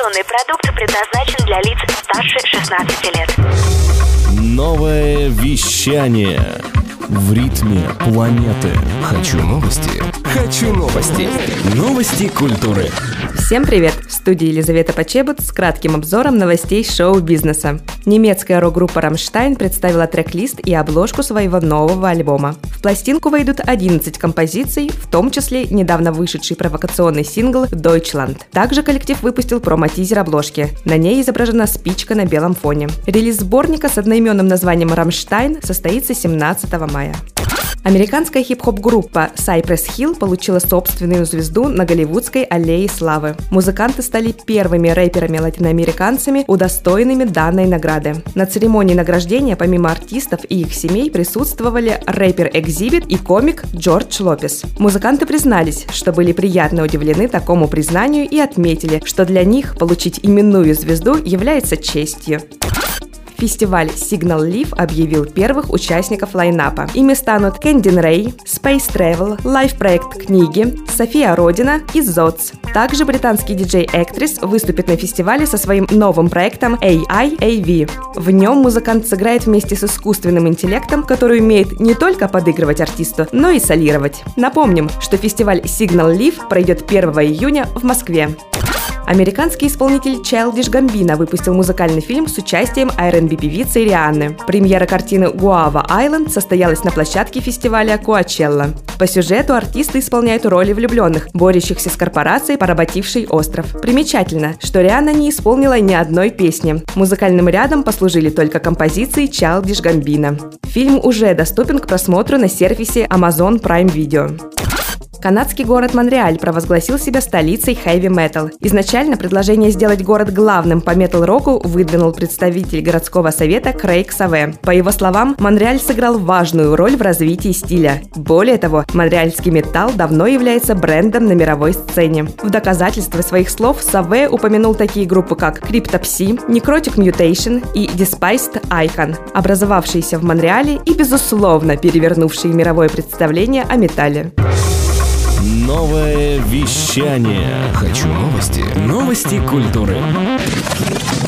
Информационный продукт предназначен для лиц старше 16 лет. Новое вещание в ритме планеты. Хочу новости. Хочу новости. Новости культуры. Всем привет! В студии Елизавета Почебут с кратким обзором новостей шоу-бизнеса. Немецкая рок-группа «Рамштайн» представила трек-лист и обложку своего нового альбома. В пластинку войдут 11 композиций, в том числе недавно вышедший провокационный сингл «Deutschland». Также коллектив выпустил промо-тизер обложки. На ней изображена спичка на белом фоне. Релиз сборника с одноименным названием «Рамштайн» состоится 17 мая. Американская хип-хоп-группа Cypress Hill получила собственную звезду на Голливудской аллее славы. Музыканты стали первыми рэперами-латиноамериканцами, удостоенными данной награды. На церемонии награждения помимо артистов и их семей присутствовали рэпер Exhibit и комик Джордж Лопес. Музыканты признались, что были приятно удивлены такому признанию и отметили, что для них получить именную звезду является честью. Фестиваль Signal Leaf объявил первых участников лайнапа. Ими станут Кэндин Рэй, Space Travel, лайв-проект «Книги», София Родина и Зодс. Также британский диджей Actress выступит на фестивале со своим новым проектом AI-AV. В нем музыкант сыграет вместе с искусственным интеллектом, который умеет не только подыгрывать артисту, но и солировать. Напомним, что фестиваль Signal Leaf пройдет 1 июня в Москве. Американский исполнитель Childish Gambino выпустил музыкальный фильм с участием R&B-певицы Рианны. Премьера картины «Guava Island» состоялась на площадке фестиваля Coachella. По сюжету артисты исполняют роли влюбленных, борющихся с корпорацией, поработившей остров. Примечательно, что Рианна не исполнила ни одной песни. Музыкальным рядом послужили только композиции Childish Gambino. Фильм уже доступен к просмотру на сервисе Amazon Prime Video. Канадский город Монреаль провозгласил себя столицей хэви-метал. Изначально предложение сделать город главным по метал-року выдвинул представитель городского совета Крейг Саве. По его словам, Монреаль сыграл важную роль в развитии стиля. Более того, монреальский металл давно является брендом на мировой сцене. В доказательство своих слов Саве упомянул такие группы, как Cryptopsy, Necrotic Mutation и Despised Icon, образовавшиеся в Монреале и, безусловно, перевернувшие мировое представление о металле. Новое вещание. Хочу новости. Новости культуры.